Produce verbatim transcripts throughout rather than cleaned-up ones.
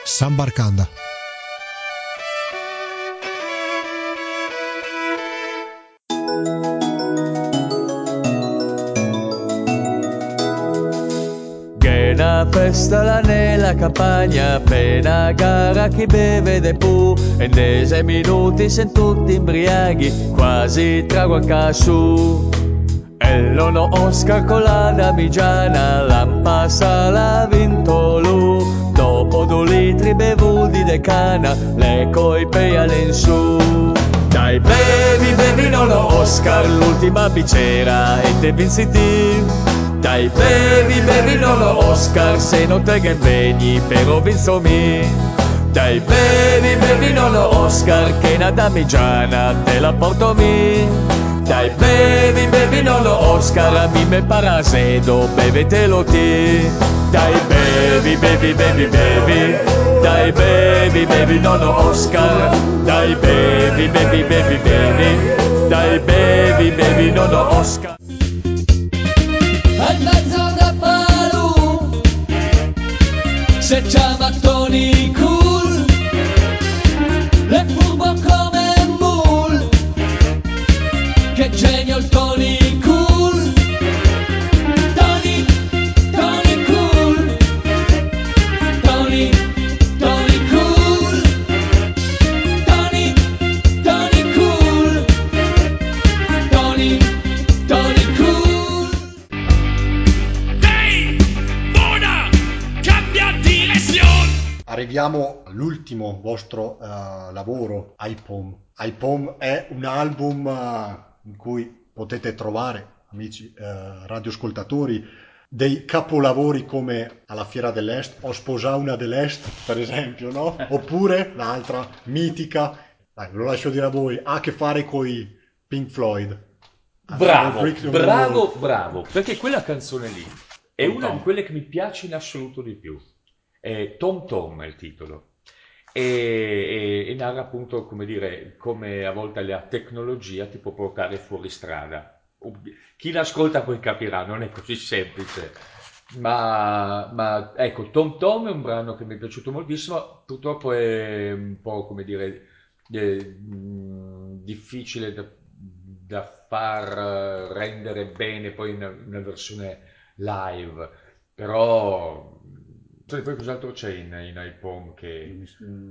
Sambarcanda. Una festa là nella campagna, appena gara chi beve de pu, e in dieci minuti sen tutti imbriaghi, quasi trago a su. E il nono Oscar con la damigiana, l'ampassa l'ha vinto lui, dopo due litri bevuti de cana, le coipe all'insù. Dai bevi, bevi nono Oscar, l'ultima bicera e te vinci ti. Dai bevi, bevi nono Oscar, se non te che vegni, però vinzo mi. Dai bevi, bevi nono Oscar, che una damigiana te la porto mi. Dai bevi, bevi nono Oscar, a mi me parasedo, bevetelo ti. Dai bevi, bevi, bevi, bevi. Dai bevi, bevi nono Oscar. Dai bevi, bevi, bevi, bevi. Dai bevi, bevi nono Oscar. Al mezzo da Palu se chiama Tony Cool, è furbo come Mul, che genio il Tony Cool. Tony, Tony Cool, Tony, Tony Cool, Tony, Tony Cool, Tony, Tony Cool. Arriviamo all'ultimo vostro uh, lavoro, iPom. iPom è un album uh, in cui potete trovare, amici uh, radioascoltatori, dei capolavori come Alla Fiera dell'Est, Ho sposato una dell'Est, per esempio, no? Oppure l'altra mitica, dai, ve lo lascio dire a voi, ha a che fare con i Pink Floyd. Bravo, bravo, bravo, perché quella canzone lì è una di quelle che mi piace in assoluto di più. Eh, Tom Tom è il titolo e, e, e narra appunto, come dire, come a volte la tecnologia ti può portare fuori strada. Chi l'ascolta poi capirà, non è così semplice, ma, ma ecco, Tom Tom è un brano che mi è piaciuto moltissimo. Purtroppo è un po', come dire, eh, difficile da, da far rendere bene poi in una, una versione live, però poi cos'altro c'è in, in iPhone che...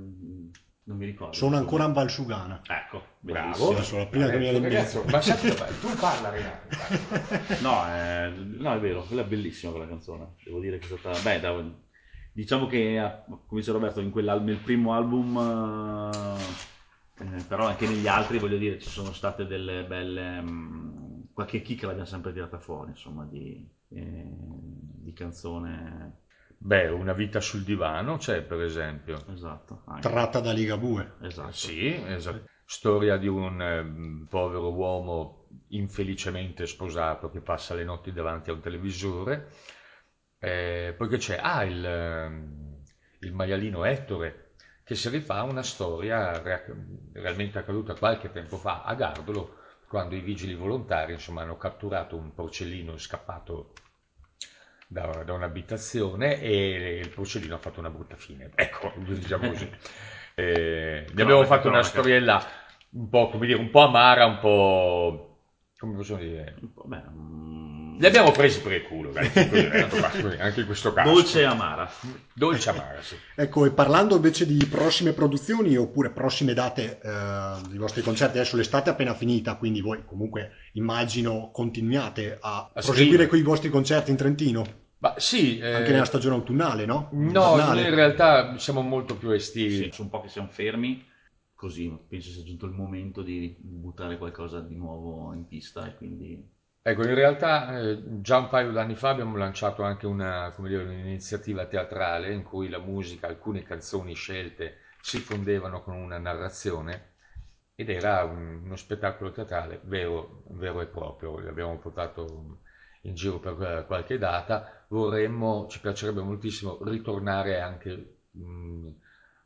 Non mi ricordo. Sono ancora in Valsugana. Ecco, bravo. Sono la prima che mi viene in mente. Ma senti, tu parla, Renato. No, è, no, è vero, quella è bellissima quella canzone. Devo dire che è stata... Beh, da, diciamo che, come dice Roberto, in quell'album, nel primo album, eh, però anche negli altri, voglio dire, ci sono state delle belle... Mh, qualche chicca l'abbiamo sempre tirata fuori, insomma, di, eh, di canzone... Beh, Una vita sul divano c'è, per esempio. Esatto. Anche. Tratta da Ligabue. Esatto. Sì, esatto. Storia di un eh, povero uomo infelicemente sposato che passa le notti davanti a un televisore. Eh, poi che c'è? Ah, il, ehm, il maialino Ettore, che si rifà a una storia re- realmente accaduta qualche tempo fa a Gardolo, quando i vigili volontari, insomma, hanno catturato un porcellino scappato da, da un'abitazione e il porcellino ha fatto una brutta fine. Ecco, diciamo così. Eh, ne abbiamo fatto una storiella un po', come dire, un po' amara, un po'... come possiamo dire? Beh, um... Li abbiamo presi per il culo, dai, anche in questo caso. Dolce e amara. Dolce e amara, sì. Ecco, e parlando invece di prossime produzioni oppure prossime date eh, dei vostri concerti, adesso l'estate è appena finita, quindi voi comunque immagino continuate a, a proseguire con i vostri concerti in Trentino? Ma sì. Eh... Anche nella stagione autunnale, no? No, Invernale. noi in realtà siamo molto più estivi. Sì, sono un po' che siamo fermi, così penso sia giunto il momento di buttare qualcosa di nuovo in pista e quindi... Ecco, in realtà eh, già un paio d'anni fa abbiamo lanciato anche una, come dire, un'iniziativa teatrale in cui la musica, alcune canzoni scelte si fondevano con una narrazione ed era un- uno spettacolo teatrale vero, vero e proprio. L'abbiamo portato in giro per eh, qualche data. Vorremmo, ci piacerebbe moltissimo ritornare anche mh,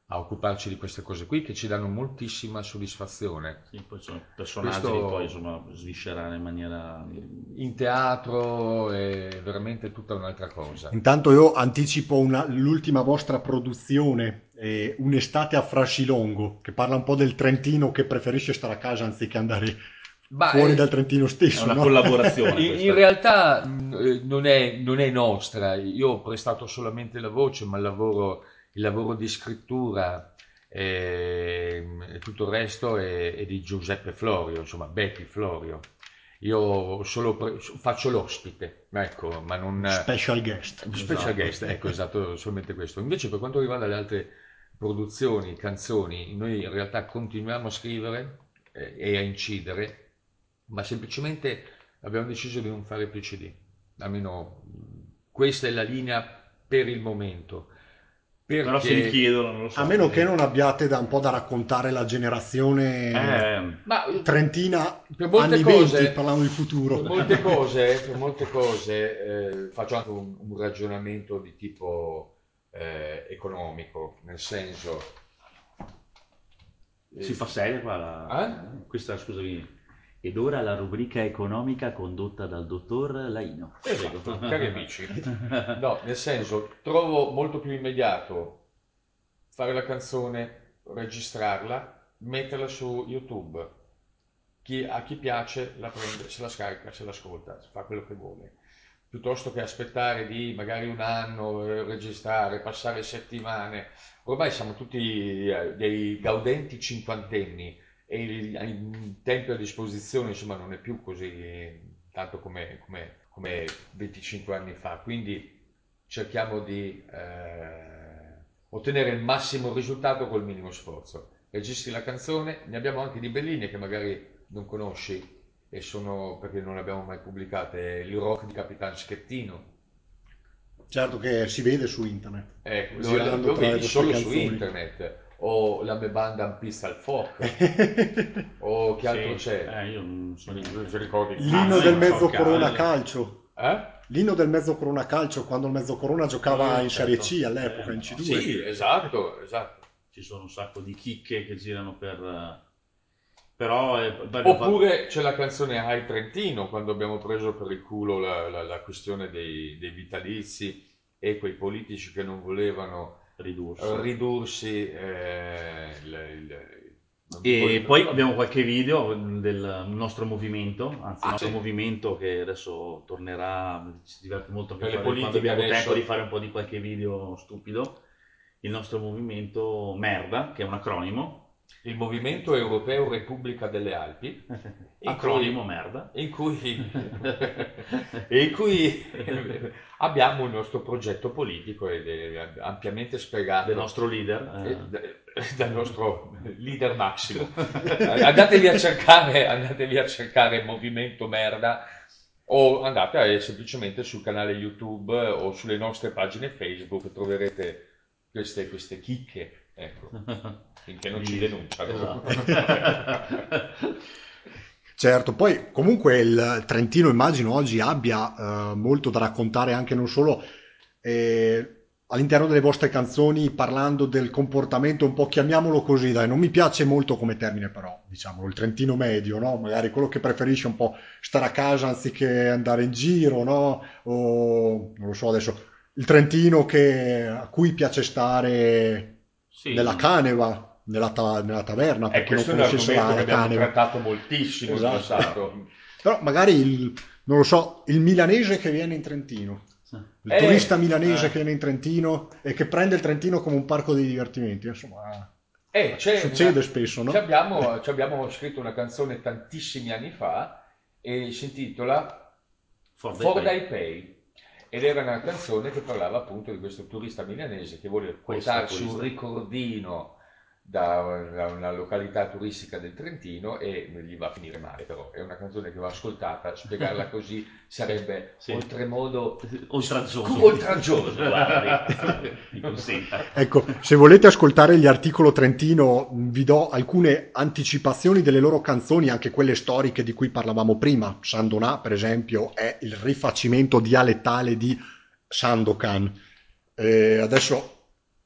a occuparci di queste cose qui che ci danno moltissima soddisfazione. Sì, poi sono personaggi Questo- che poi insomma sviscerare in maniera... In teatro è veramente tutta un'altra cosa. Intanto io anticipo una- l'ultima vostra produzione, eh, Un'estate a Frasilongo, che parla un po' del Trentino che preferisce stare a casa anziché andare Ma fuori è- dal Trentino stesso. È una no? collaborazione In, questa. in realtà mh, eh, non è, non è nostra, io ho prestato solamente la voce, ma il lavoro, il lavoro di scrittura e, e tutto il resto è, è di Giuseppe Florio, insomma Bepi Florio. Io solo pre- faccio l'ospite, ecco, ma non... Special guest. Special Esatto. guest, ecco, esatto, solamente questo. Invece per quanto riguarda le altre produzioni, canzoni, noi in realtà continuiamo a scrivere eh, e a incidere, ma semplicemente abbiamo deciso di non fare più C D. Almeno mh, questa è la linea per il momento. Però se li Perché... chiedono, non lo so. A meno che non abbiate da un po' da raccontare la generazione Eh, Ma trentina, per molte anni cose, venti, parlando di futuro. per molte cose, per molte cose eh, faccio anche un, un ragionamento di tipo eh, economico, nel senso... eh, si fa seria qua la... Eh? Questa, scusami. Ed ora la rubrica economica condotta dal dottor Laino. Esatto, cari amici. No, nel senso, trovo molto più immediato fare la canzone, registrarla, metterla su YouTube. Chi, a chi piace la prende, se la scarica, se l'ascolta, fa quello che vuole. Piuttosto che aspettare di magari un anno, eh, registrare, passare settimane. Ormai siamo tutti eh, dei gaudenti cinquantenni e il, il tempo a disposizione insomma non è più così tanto come, come, come venticinque anni fa. Quindi cerchiamo di eh, ottenere il massimo risultato col minimo sforzo. Registri la canzone, ne abbiamo anche di belline che magari non conosci e sono perché non le abbiamo mai pubblicate, il rock di Capitan Schettino. Certo che si vede su internet. Ecco, lo, Girando lo tra le vedi vostre solo su canzoni. internet, o la mia banda Un Pista al Fuoco, o che altro Sì, c'è? eh, io non so. Non ti ricordi? L'inno Ah, del sì, mezzo so Corona caldo. Calcio. Eh? L'inno del mezzo Corona Calcio, quando il mezzo Corona giocava Sì, in certo. Serie C all'epoca, Eh, in C due. Sì, esatto, esatto. Ci sono un sacco di chicche che girano per... eh, Però... eh, poi abbiamo Oppure c'è la canzone Hai Trentino, quando abbiamo preso per il culo la, la- la questione dei, dei vitalizi e quei politici che non volevano fatto ridursi. eh, ridursi. eh, il- il- non E dico il- poi abbiamo qualche video del nostro movimento, anzi il Ah, nostro sì. movimento che adesso tornerà, ci diverte molto anche Per le fare, quando politiche abbiamo adesso- tempo di fare un po' di qualche video stupido. Il nostro movimento Merda, che è un acronimo, il Movimento Europeo Repubblica delle Alpi, in acronimo cui, Merda, in cui, in cui abbiamo il nostro progetto politico ed è ampiamente spiegato del nostro leader. eh, eh. d- dal nostro leader massimo. Andatevi a cercare, andatevi a cercare Movimento Merda o andate eh, semplicemente sul canale YouTube o sulle nostre pagine Facebook, troverete queste, queste chicche, ecco, finché non ci denunciano. Esatto. Certo, poi comunque il Trentino immagino oggi abbia eh, molto da raccontare anche non solo eh, all'interno delle vostre canzoni parlando del comportamento un po', chiamiamolo così, dai, non mi piace molto come termine però, diciamo, il Trentino medio, no? Magari quello che preferisce un po' stare a casa anziché andare in giro, no? O non lo so adesso, il Trentino che, a cui piace stare Sì. nella caneva, nella, ta- nella taverna, per Eh, chi non questo è un conoscesse la, argomento che la abbiamo caneva. trattato moltissimo Esatto. in passato. Però magari il, non lo so, il milanese che viene in Trentino, il Eh, turista milanese eh. che viene in Trentino e che prende il Trentino come un parco dei divertimenti, insomma, Eh, c'è succede una- spesso, no? ci abbiamo, ci abbiamo scritto una canzone tantissimi anni fa e si intitola For the For pay. Thy Pay. Ed era una canzone che parlava appunto di questo turista milanese che vuole Questo portarsi un turista. ricordino da, da una località turistica del Trentino e gli va a finire male, però è una canzone che va ascoltata, spiegarla così sarebbe Sì. oltremodo Oltraggioso. oltraggioso, guardi. Mi consenta. Ecco, se volete ascoltare gli Articolo Trentino, vi do alcune anticipazioni delle loro canzoni, anche quelle storiche di cui parlavamo prima. Sandonà, per esempio, è il rifacimento dialettale di Sandokan. Eh, adesso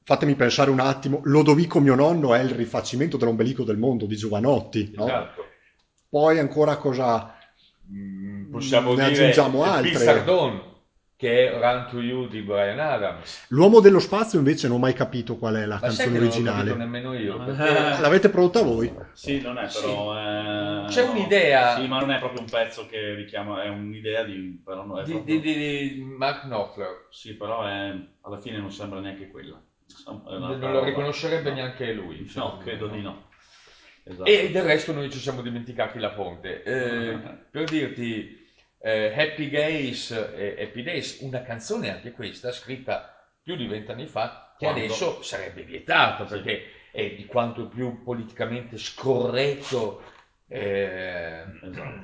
fatemi pensare un attimo, Lodovico mio nonno è il rifacimento dell'ombelico del mondo di Giovanotti, no? Esatto. Poi ancora cosa... Mm, possiamo ne dire aggiungiamo altre. Pizzardon, che è Run to You di Bryan Adams. L'uomo dello spazio invece non ho mai capito qual è la Ma sai canzone che non l'ho originale. capito nemmeno io, No. perché L'avete prodotta voi? Sì, non è però... eh, C'è no. un'idea- Sì, ma non è proprio un pezzo che richiama, è un'idea di... Però non è di, proprio... di, di, di Mark Knopfler. Sì, però è, alla fine non sembra neanche quella. Insomma, è Non un'altra lo roba. riconoscerebbe No. neanche lui. No, credo di no. Esatto. E del resto noi ci siamo dimenticati la fonte. Eh, per dirti, eh, Happy Days e Happy Days, una canzone anche questa, scritta più di vent'anni fa, che Quando? adesso sarebbe vietata, Sì. perché è di quanto più politicamente scorretto eh, Esatto.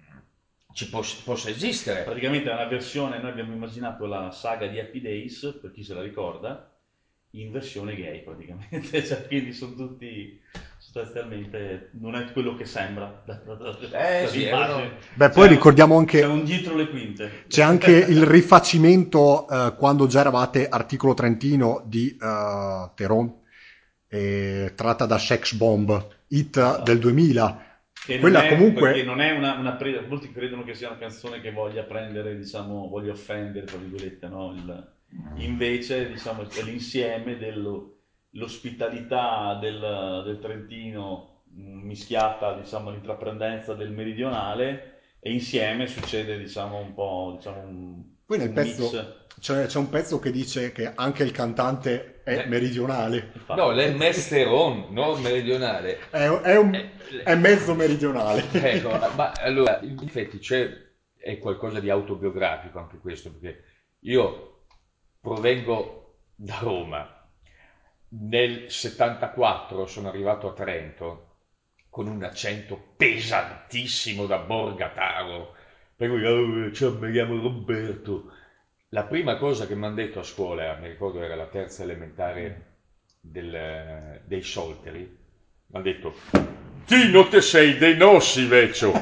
ci poss- possa esistere. Praticamente è una versione, noi abbiamo immaginato la saga di Happy Days, per chi se la ricorda, in versione gay praticamente, cioè, quindi sono tutti sostanzialmente, non è quello che sembra da, da, da, Eh, da sì, immagine. erano- Beh, poi C'è- ricordiamo anche- c'è un dietro le quinte. C'è anche il rifacimento eh, quando già eravate Articolo Trentino di uh, Teron, eh, tratta da Sex Bomb, hit Esatto. del duemila. Che non Quella è, comunque... perché non è una, una presa, molti credono che sia una canzone che voglia prendere, diciamo, voglia offendere, tra virgolette, no? Il, invece, diciamo, è l'insieme dell'ospitalità del, del Trentino mh, mischiata, diciamo, all'intraprendenza del meridionale, e insieme succede, diciamo, un po', diciamo, un, Poi nel un pezzo mix. c'è, c'è un pezzo che dice che anche il cantante è Eh. meridionale. Infatti. No, l'è Mesteron, non meridionale. È, è un- Eh, è mezzo meridionale. Ecco, ma allora, in effetti c'è è qualcosa di autobiografico anche questo, perché io provengo da Roma, nel settantaquattro sono arrivato a Trento con un accento pesantissimo da borgataro, per cui oh, ciao, mi chiamo Roberto. La prima cosa che mi hanno detto a scuola, mi ricordo era la terza elementare del- dei Solteri, mi hanno detto Tino, te sei dei nossi, vecchio.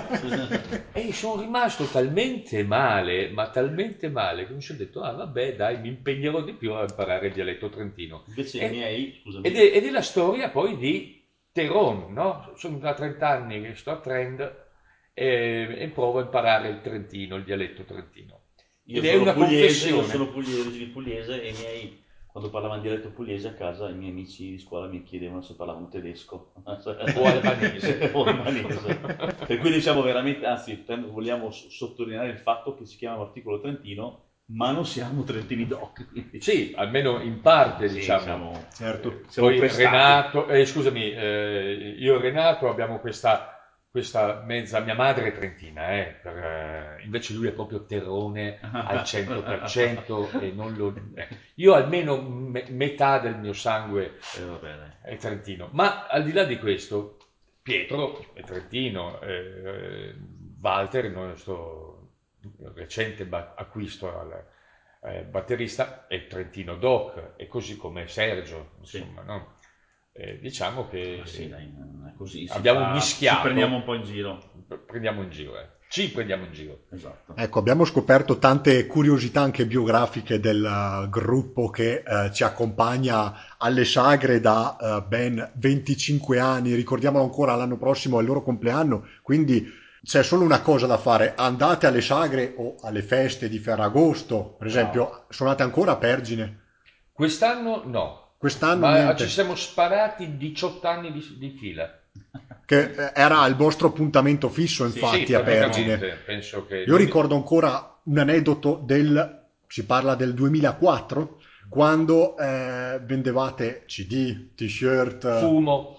E sono rimasto talmente male, ma talmente male, che mi sono detto, ah vabbè dai, mi impegnerò di più a imparare il dialetto trentino. Invece E- i miei, scusami, Ed è, ed è la storia poi di Teron, no? Sono da trenta anni che sto a Trend e, e provo a imparare il trentino, il dialetto trentino. io Ed è sono una pugliese, io confessione. sono pugliese, di pugliese, e i miei, quando parlavano dialetto pugliese a casa, i miei amici di scuola mi chiedevano se parlavano tedesco O albanese. o albanese. Per cui diciamo veramente, anzi, vogliamo s- sottolineare il fatto che si chiama Articolo Trentino, ma non siamo trentini doc. Sì, almeno in parte, Sì, diciamo. siamo, Certo. siamo Poi prestati. Renato, eh, scusami, eh, io e Renato abbiamo questa, questa mezza, mia madre è trentina, eh, per, eh, invece lui è proprio terrone al cento per cento e non lo... eh. Io almeno me- metà del mio sangue Eh, vabbè, dai. è trentino, ma al di là di questo, Pietro è trentino, eh, Walter, il nostro recente ba- acquisto al eh, batterista, è trentino doc, e così come Sergio, insomma, no? Eh, diciamo che Ma sì, dai, non è così. Si abbiamo fa- mischiato. Ci prendiamo un po' in giro. prendiamo in giro, eh. ci prendiamo in giro. Esatto. Ecco, abbiamo scoperto tante curiosità anche biografiche del uh, gruppo che uh, ci accompagna alle sagre da uh, ben venticinque anni. Ricordiamolo ancora, l'anno prossimo è il loro compleanno, quindi c'è solo una cosa da fare: andate alle sagre o alle feste di Ferragosto, per esempio. Suonate ancora a Pergine? Quest'anno no, Quest'anno ma niente. ci siamo sparati diciotto anni di, di fila. Che eh, era il vostro appuntamento fisso, Sì, infatti, Sì, a praticamente, Pergine. penso che Io ricordo ancora un aneddoto del, si parla del duemilaquattro, quando eh, vendevate C D, t-shirt, fumo.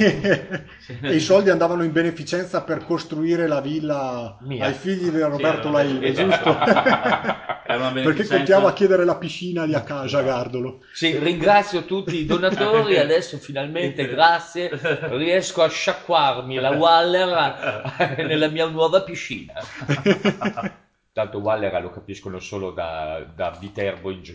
e i soldi andavano in beneficenza per costruire la villa Mia. ai figli di Roberto Sì, Laive, esatto. giusto? Era una Perché beneficenza. continuava a chiedere la piscina lì a casa, Gardolo. Sì, ringrazio tutti i donatori, adesso finalmente, grazie, riesco a sciacquarmi la Waller nella mia nuova piscina. Tanto Waller lo capiscono solo da, da Viterbo in giù.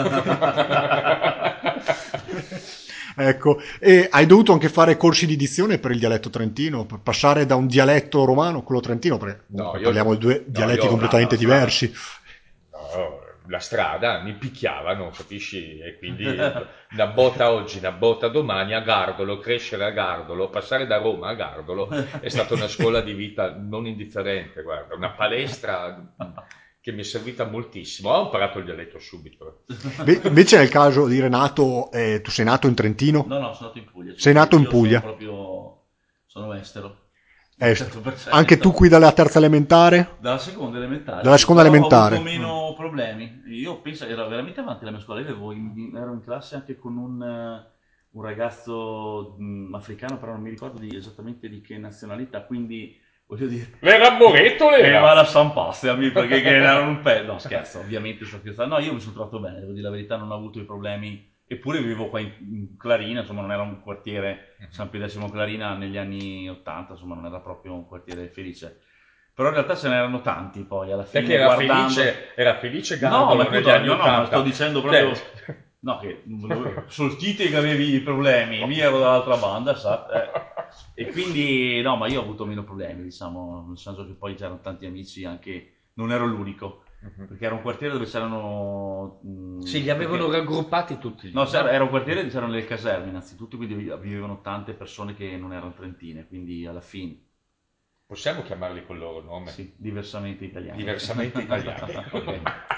Ecco, e hai dovuto anche fare corsi di dizione per il dialetto trentino, per passare da un dialetto romano a quello trentino, perché No, io- parliamo di due no, dialetti io- completamente strada, strada. diversi. No, la strada, mi picchiavano, capisci? E quindi una botta oggi, una botta domani a Gardolo, crescere a Gardolo, passare da Roma a Gardolo è stata una scuola di vita non indifferente, guarda, una palestra che mi è servita moltissimo. Ho imparato il dialetto subito. Invece nel caso di Renato, eh, tu sei nato in Trentino? No, no, sono nato in Puglia. Sei nato in Io Puglia? Sono proprio, sono estero. Estero. Anche tu qui dalla terza elementare? Dalla seconda elementare. Dalla seconda Però elementare. Ho avuto meno mm. problemi. Io penso che ero veramente avanti la mia scuola. Io avevo in, ero in classe anche con un, un ragazzo mh, africano, però non mi ricordo di, esattamente di che nazionalità, quindi voglio dire... L'era Moretto, l'era! E va la San Passi, perché erano un pezzo. No, scherzo, ovviamente sto scherzando. No, io mi sono trovato bene, devo dire la verità, non ho avuto i problemi. Eppure vivevo qua in, in Clarina, insomma non era un quartiere, San Piedesimo Clarina negli anni ottanta, insomma non era proprio un quartiere felice. Però in realtà ce n'erano tanti poi alla fine. Perché era guardando... felice, era felice Gardolo no, ma negli appunto, anni no, ottanta. no, ma sto dicendo proprio... Cioè... No, che soltite che avevi i problemi, mi ero dall'altra banda, sa? Eh. E quindi, no, ma io ho avuto meno problemi, diciamo, nel senso che poi c'erano tanti amici, anche non ero l'unico. Perché era un quartiere dove c'erano... Mh, sì, li avevano perché... raggruppati tutti. No, no, era un quartiere dove c'erano le caserme, innanzitutto, quindi vivevano tante persone che non erano trentine, quindi alla fine... Possiamo chiamarli col loro nome? Sì, diversamente italiani. Diversamente italiani. Okay.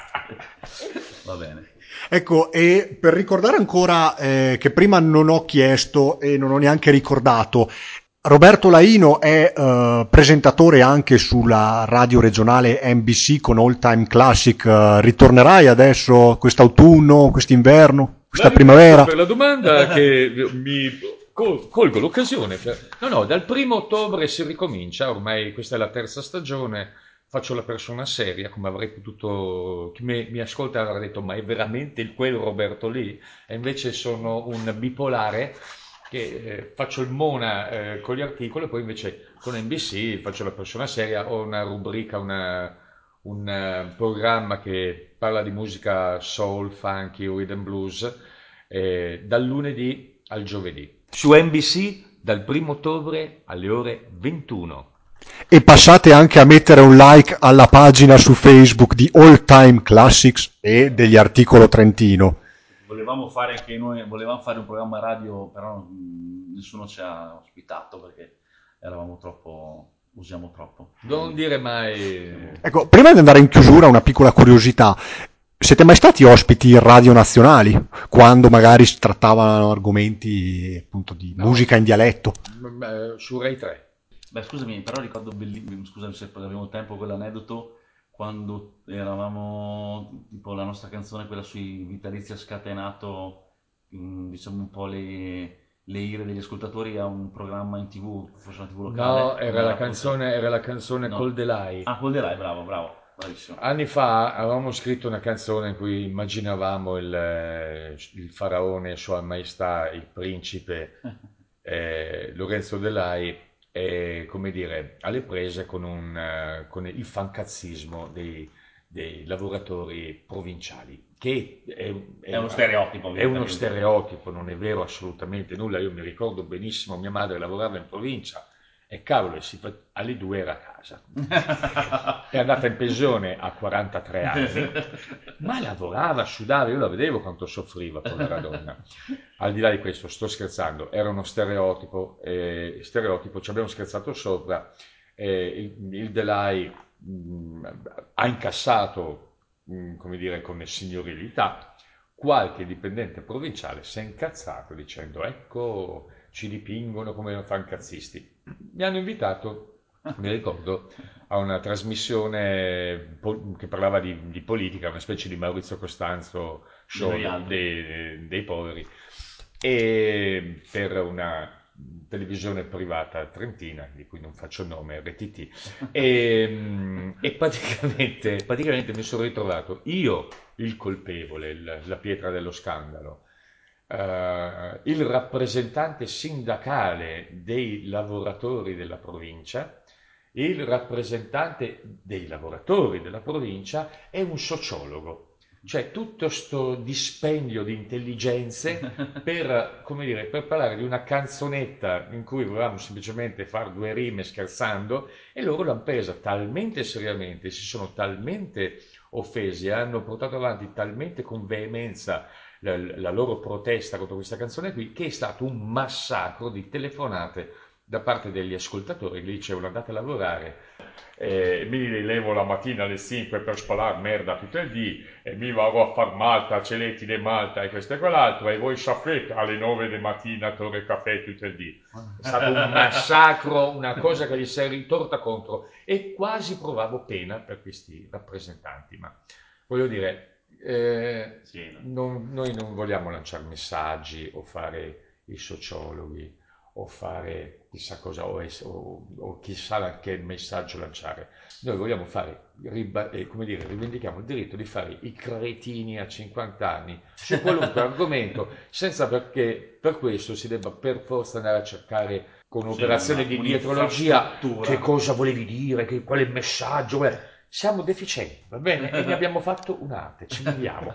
Va bene. Ecco, e per ricordare ancora eh, che prima non ho chiesto e non ho neanche ricordato, Roberto Laino è uh, presentatore anche sulla radio regionale N B C con All Time Classic. Uh, ritornerai adesso quest'autunno, quest'inverno, questa la primavera? Per la domanda che mi col- colgo l'occasione. Per... No, no, dal primo ottobre si ricomincia, ormai questa è la terza stagione, faccio la persona seria, come avrei potuto... Chi mi, mi ascolta avrà detto, ma è veramente il quel Roberto lì? E invece sono un bipolare che eh, faccio il mona eh, con gli articoli, poi invece con N B C faccio la persona seria, ho una rubrica, una, un uh, programma che parla di musica soul, funky, rhythm blues, eh, dal lunedì al giovedì. Su N B C dal primo ottobre alle ore ventuno. E passate anche a mettere un like alla pagina su Facebook di All Time Classics e degli Articolo Trentino. Volevamo fare anche noi, volevamo fare un programma radio, però mh, nessuno ci ha ospitato perché eravamo troppo, usiamo troppo. Non dire mai... Ecco, prima di andare in chiusura una piccola curiosità. Siete mai stati ospiti in radio nazionali, quando magari si trattavano argomenti appunto di no. musica in dialetto? Su Rai tre. Beh, scusami, però ricordo bellissimo, scusami se abbiamo tempo quell'aneddoto, quando eravamo, tipo la nostra canzone, quella sui Vitalizi ha scatenato, mh, diciamo un po' le, le ire degli ascoltatori a un programma in tv, forse una tv locale. No, era la canzone, era la canzone no. Col Delay. Ah, Col Delay, bravo, bravo, bravissimo. Anni fa avevamo scritto una canzone in cui immaginavamo il, il faraone e sua maestà, il principe eh, Lorenzo Delay, e, come dire, alle prese con, un, uh, con il fancazzismo dei, dei lavoratori provinciali, che è, è, è uno stereotipo. È uno stereotipo, non è vero assolutamente nulla. Io mi ricordo benissimo, mia madre lavorava in provincia e cavolo, si fa... alle due era a casa. È andata in pensione a quarantatré anni, ma lavorava, sudava, io la vedevo quanto soffriva quella donna. Al di là di questo, sto scherzando, era uno stereotipo, eh, stereotipo, ci abbiamo scherzato sopra, eh, il, il Delay mh, ha incassato, mh, come dire, con signorilità, qualche dipendente provinciale si è incazzato dicendo ecco, ci dipingono come fancazzisti. Mi hanno invitato, mi ricordo, a una trasmissione che parlava di, di politica, una specie di Maurizio Costanzo show dei, dei poveri, e per una televisione privata trentina, di cui non faccio il nome, R T T, e, e praticamente, praticamente mi sono ritrovato io, il colpevole, il, la pietra dello scandalo, Uh, il rappresentante sindacale dei lavoratori della provincia, il rappresentante dei lavoratori della provincia e un sociologo. Cioè tutto sto dispendio di intelligenze per, come dire, per parlare di una canzonetta in cui volevamo semplicemente fare due rime scherzando, e loro l'hanno presa talmente seriamente, si sono talmente offesi, hanno portato avanti talmente con veemenza la, la loro protesta contro questa canzone qui, che è stato un massacro di telefonate da parte degli ascoltatori che dicevano andate a lavorare, eh, mi levo la mattina alle cinque per spalare merda tutto il dì e mi vado a far Malta, celetti di Malta e questo e quell'altro, e voi sapete alle nove di mattina torre caffè tutto il dì. È stato un massacro, una cosa che gli si è ritorta contro, e quasi provavo pena per questi rappresentanti, ma voglio dire, eh, sì, no? non, noi non vogliamo lanciare messaggi o fare i sociologhi o fare chissà cosa o, o, o chissà che messaggio lanciare. Noi vogliamo fare, riba, eh, come dire, rivendichiamo il diritto di fare i cretini a cinquanta anni su qualunque argomento, senza perché per questo si debba per forza andare a cercare con un'operazione sì, di dietrologia che cosa volevi dire, che, quale messaggio. Beh, siamo deficienti, va bene? E ne abbiamo fatto un'arte, ci muoviamo.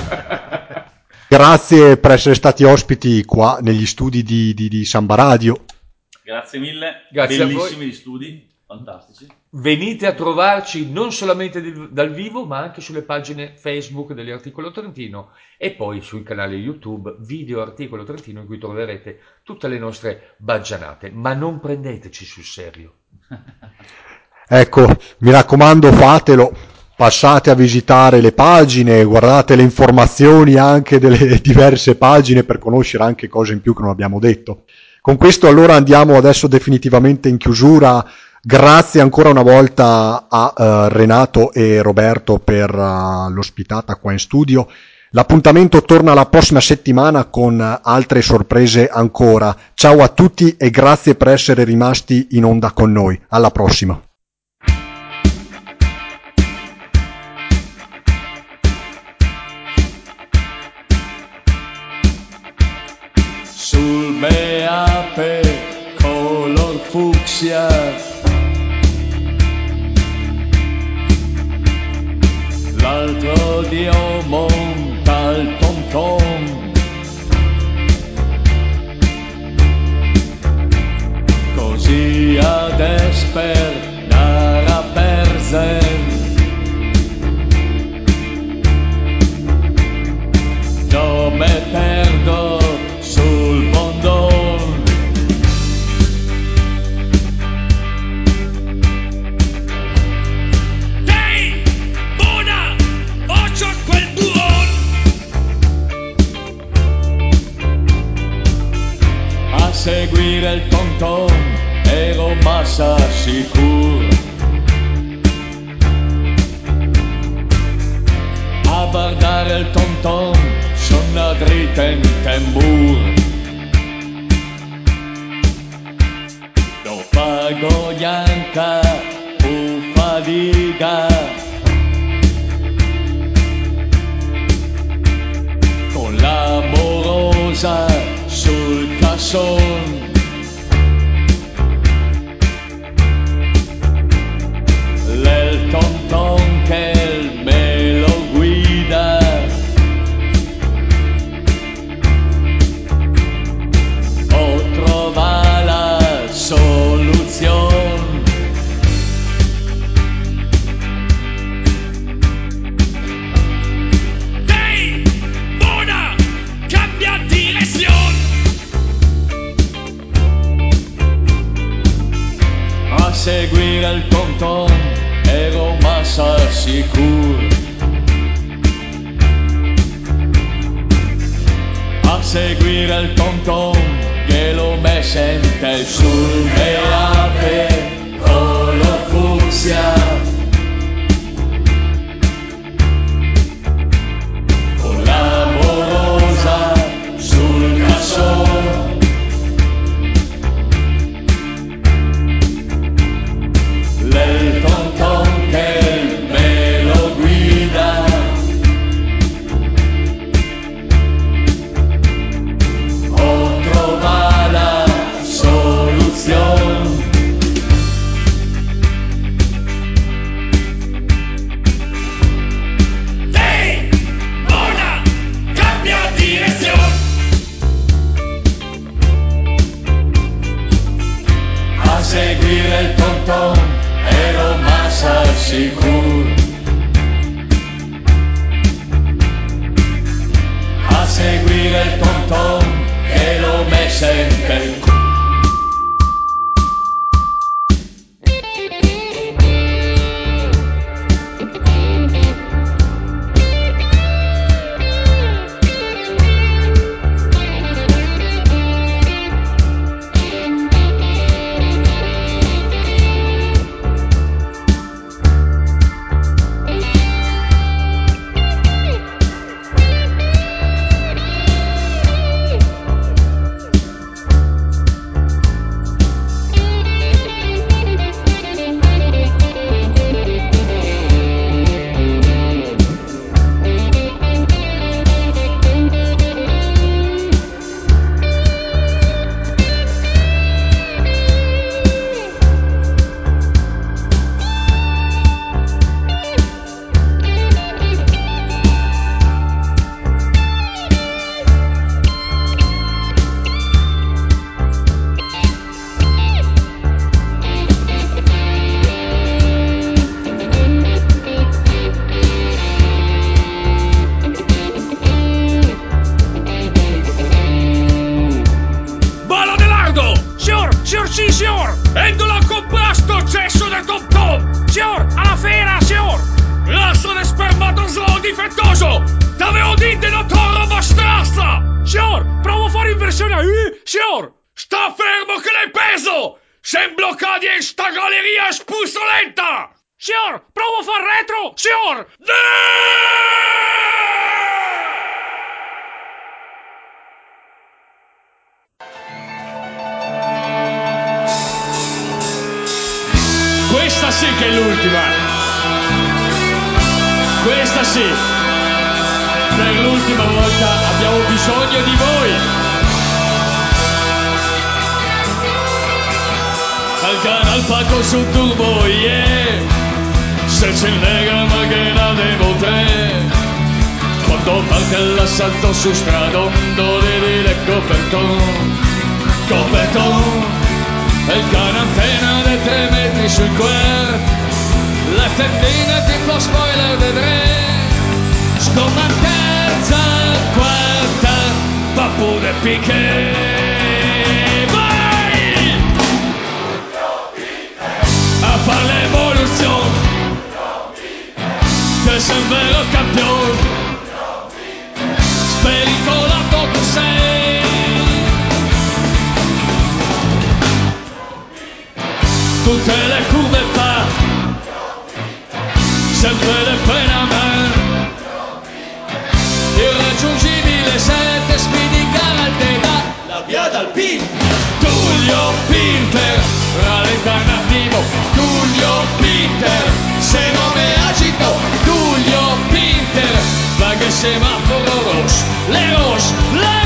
Grazie per essere stati ospiti qua negli studi di, di, di Samba Radio. Grazie mille, grazie, bellissimi gli studi, fantastici. Venite a trovarci non solamente di, dal vivo, ma anche sulle pagine Facebook dell'Articolo Trentino e poi sui canali YouTube Video Articolo Trentino, in cui troverete tutte le nostre baggianate, ma non prendeteci sul serio. Ecco, mi raccomando, fatelo. Passate a visitare le pagine, guardate le informazioni anche delle diverse pagine per conoscere anche cose in più che non abbiamo detto. Con questo allora andiamo adesso definitivamente in chiusura. Grazie ancora una volta a uh, Renato e Roberto per uh, l'ospitata qua in studio. L'appuntamento torna la prossima settimana con uh, altre sorprese ancora. Ciao a tutti e grazie per essere rimasti in onda con noi. Alla prossima. Sul Beape color fucsia l'altro dio monta il tom tom, così ad esper dara persen io me perdo sul bondon. Dei, buona, occhio a quel buon. A seguire il tom tom ero massa sicuro, a guardare il tom tom sono dritta in tambur. Do pago bianca u fadiga, con l'amorosa sul casson. L'el tom tom che me lo guida, o trova la soluzione. Dei, buona, cambia direzione. A seguire il tom tom ero massa sicuro, a seguire il tom tom che lo me sente sul Beape color fucsia, con l'amorosa sul casson. L'el tom tom che me lo guida, o trova la soluzione. Dei, buona, cambia direzione. A seguire il tom tom ero massa sicuro, seguire il tom tom che lo me sente. Signor, sì, signor! Vengono a comprare sto cesso del Tom Tom! Signor, alla fiera, signor! Razza di spermatozoo difettoso! T'avevo detto non torno abbastanza! Signor, provo a fare inversione a U, signor! Sta fermo che l'hai peso! Sei bloccati in sta galleria spuzolenta! Signor, provo a far retro, signor! Questa sì che è l'ultima. Questa sì. Per l'ultima volta abbiamo bisogno di voi. Al canal palco su turbo, yeah. Se c'è il nega macchina devo tre. Quando parte l'assalto su Stradondo devi le coperton. Coperton. E il cane antena dei tre metri sul quer. Le tendine tipo spoiler vedrei. Scomma terza, quarta, papu de pique. Vai! A fare l'evoluzione. Che sei un vero campione. Spericolato tu sei. Tutte le curve fa, sempre le freni a mano. Irraggiungibile sette speed in gara te dà la via dal pin. Tullio Pinter, rallenta un attimo. Tullio Pinter, se non mi agito. Tullio Pinter, va che semaforo rosso. Le rosse, le rosse.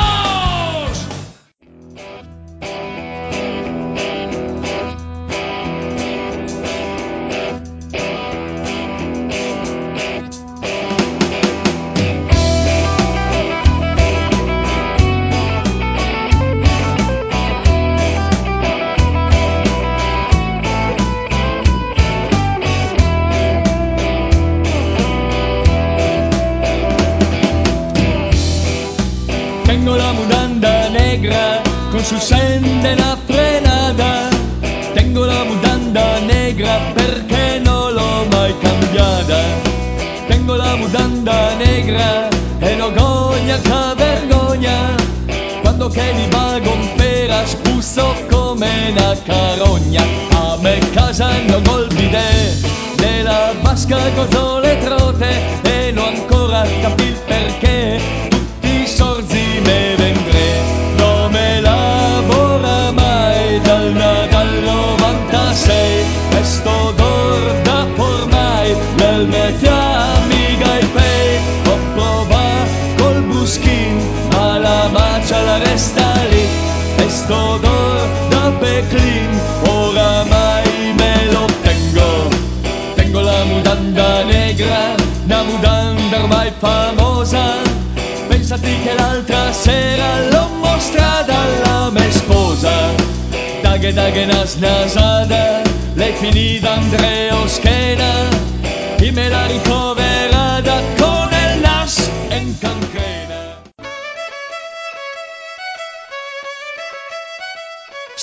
Tengo la mudanda negra con sul sende una frenata. Tengo la mudanda negra perché non l'ho mai cambiata. Tengo la mudanda negra e non gogna che vergogna. Quando che mi vago in pera spusso come una carogna. A me casa non col bidet, nella vasca gozo le trote e non ancora capì perché. Sorzi me vendrei, non me lavora mai dal Nadal novantasei. E sto d'or da ormai nel mettiami gai pay. Ho provato col buschin, ma la maccia la resta lì. E sto d'or da Beclin, oramai me lo tengo. Tengo la mudanda negra, una mudanda ormai famosa. Pensati che l'altra sera l'ho mostrata alla mia sposa. Daghe daghe nas nasada, lei finita Andreo Schena. E me la ricoverata con il nas in cancrena.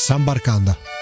Sambarcanda.